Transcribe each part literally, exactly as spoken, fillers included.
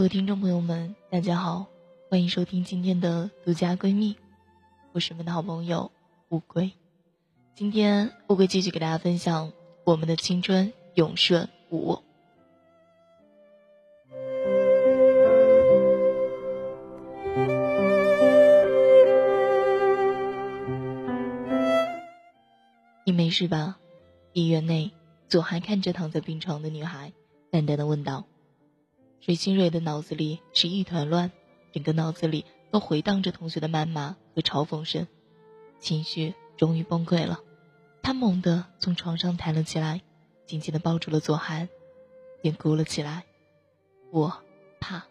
位听众朋友们，大家好，欢迎收听今天的独家闺蜜，我是你们的好朋友乌龟。今天乌龟继续给大家分享我们的青春永顺五。你没事吧？医院内，左涵看着躺在病床的女孩，淡淡的问道。水星蕊的脑子里是一团乱，整个脑子里都回荡着同学的谩骂和嘲讽声，情绪终于崩溃了。他猛地从床上弹了起来，紧紧地抱住了左涵，便哭了起来。我怕。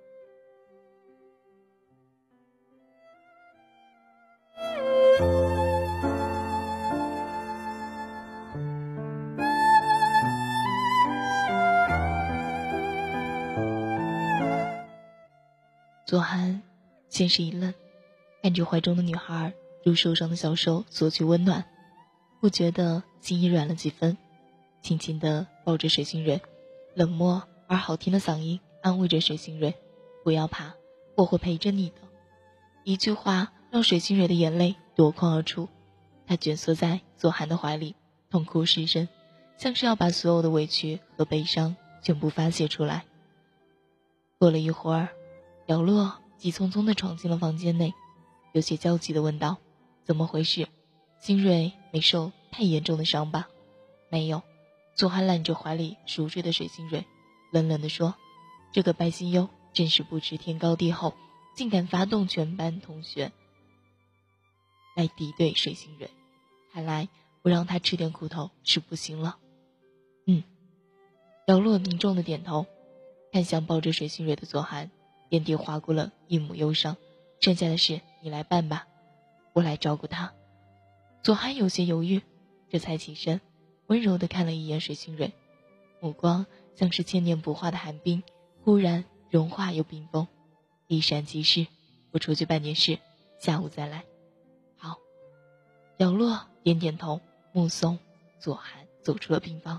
左涵先是一愣，看着怀中的女孩如受伤的小手索取温暖，不觉得心已软了几分，轻轻地抱着水星蕊，冷漠而好听的嗓音安慰着水星蕊，不要怕，我会陪着你的。一句话让水星蕊的眼泪夺眶而出，她蜷缩在左涵的怀里，痛哭失声，像是要把所有的委屈和悲伤全部发泄出来。过了一会儿，姚洛急匆匆地闯进了房间内，有些焦急地问道：怎么回事？星蕊没受太严重的伤吧？没有。左涵揽着怀里熟睡的水星蕊，冷冷地说：这个白心优真是不知天高地厚，竟敢发动全班同学来敌对水星蕊，看来不让他吃点苦头是不行了。嗯。姚洛凝重地点头，看向抱着水星蕊的左涵，眼底划过了一抹忧伤。剩下的事你来办吧，我来照顾他。左涵有些犹豫，这才起身，温柔地看了一眼水星蕊，目光像是千年不化的寒冰，忽然融化又冰封。一闪即逝，我出去办点事，下午再来。好。姚洛点点头，目送左涵走出了病房。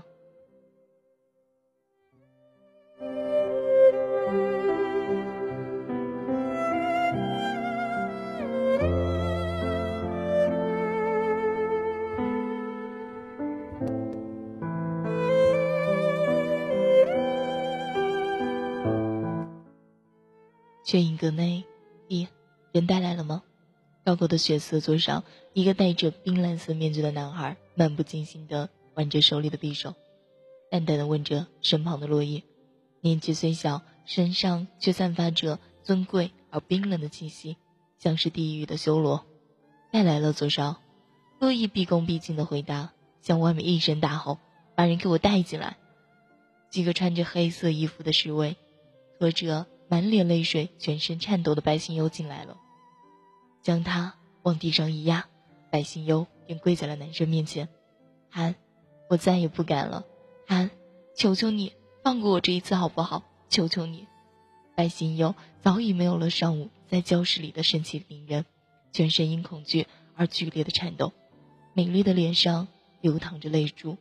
血影阁内，咦，人带来了吗？高高的血色桌上，一个戴着冰蓝色面具的男孩漫不经心地玩着手里的匕首，淡淡地问着身旁的落叶。年纪虽小，身上却散发着尊贵而冰冷的气息，像是地狱的修罗。带来了左少。落叶毕恭毕敬地回答，向外面一声大吼：把人给我带进来。几个穿着黑色衣服的侍卫拖着满脸泪水全身颤抖的白心优进来了，将他往地上一压，白心优便跪在了男生面前。涵，我再也不敢了，涵，求求你放过我这一次好不好？求求你。白心优早已没有了上午在教室里的盛气凌人，全身因恐惧而剧烈的颤抖，美丽的脸上流淌着泪珠。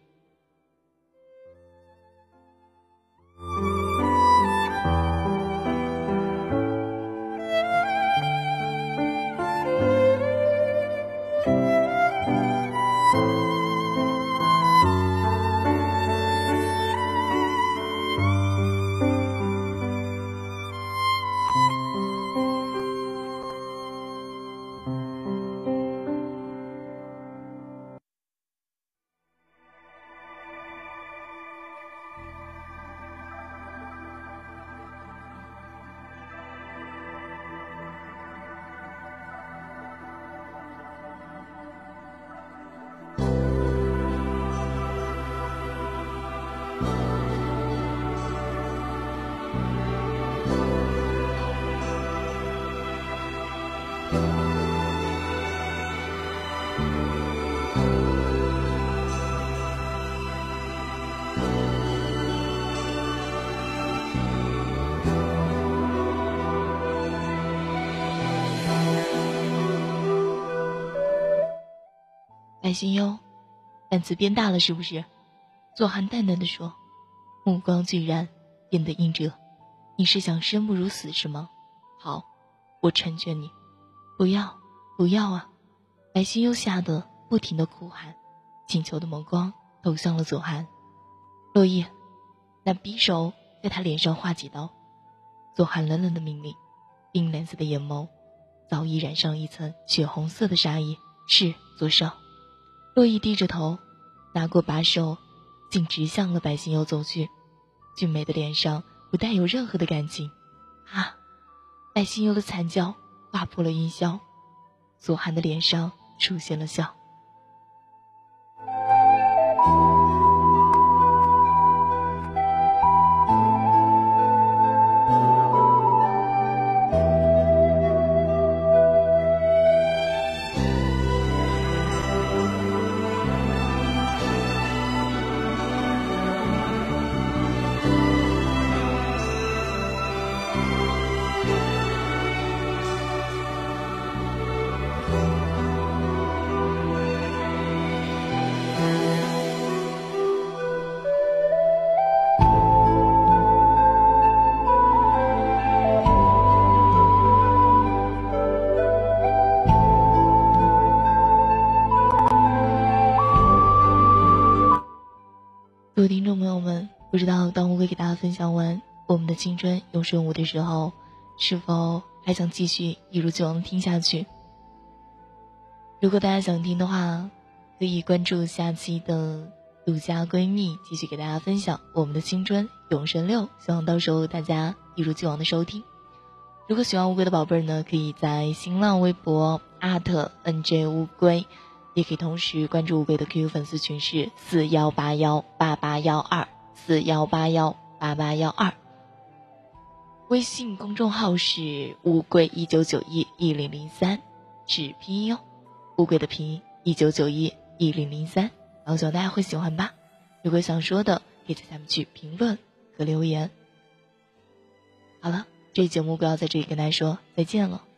白心优，胆子变大了是不是？左寒淡淡地说，目光居然变得阴着。 你是想生不如死是吗？好，我成全你。不要，不要啊！白心悠吓得不停地哭喊，请求的眸光投向了左寒。洛叶，那匕首在他脸上划几刀。左寒冷冷的命令，冰蓝色的眼眸早已染上一层血红色的杀意。是，左少。洛叶低着头，拿过把手，径直向了白心悠走去。俊美的脸上不带有任何的感情。啊！白心悠的惨叫划破了云霄，左寒的脸上出现了笑。各位听众朋友们，不知道当乌龟给大家分享完我们的青春永生舞的时候，是否还想继续一如既往的听下去？如果大家想听的话，可以关注下期的独家闺蜜，继续给大家分享我们的青春永生六，希望到时候大家一如既往的收听。如果喜欢乌龟的宝贝儿呢，可以在新浪微博艾特 N J 乌龟，也可以同时关注乌龟的 Q Q 粉丝群是四一八一八八一二 四一八一八八一二，微信公众号是乌龟一九九一一零零三，是拼音哦，乌龟的拼音一九九一一零零三，然后希望大家会喜欢吧。如果想说的，可以在下面去评论和留言。好了，这期节目不要在这里跟大家说再见了。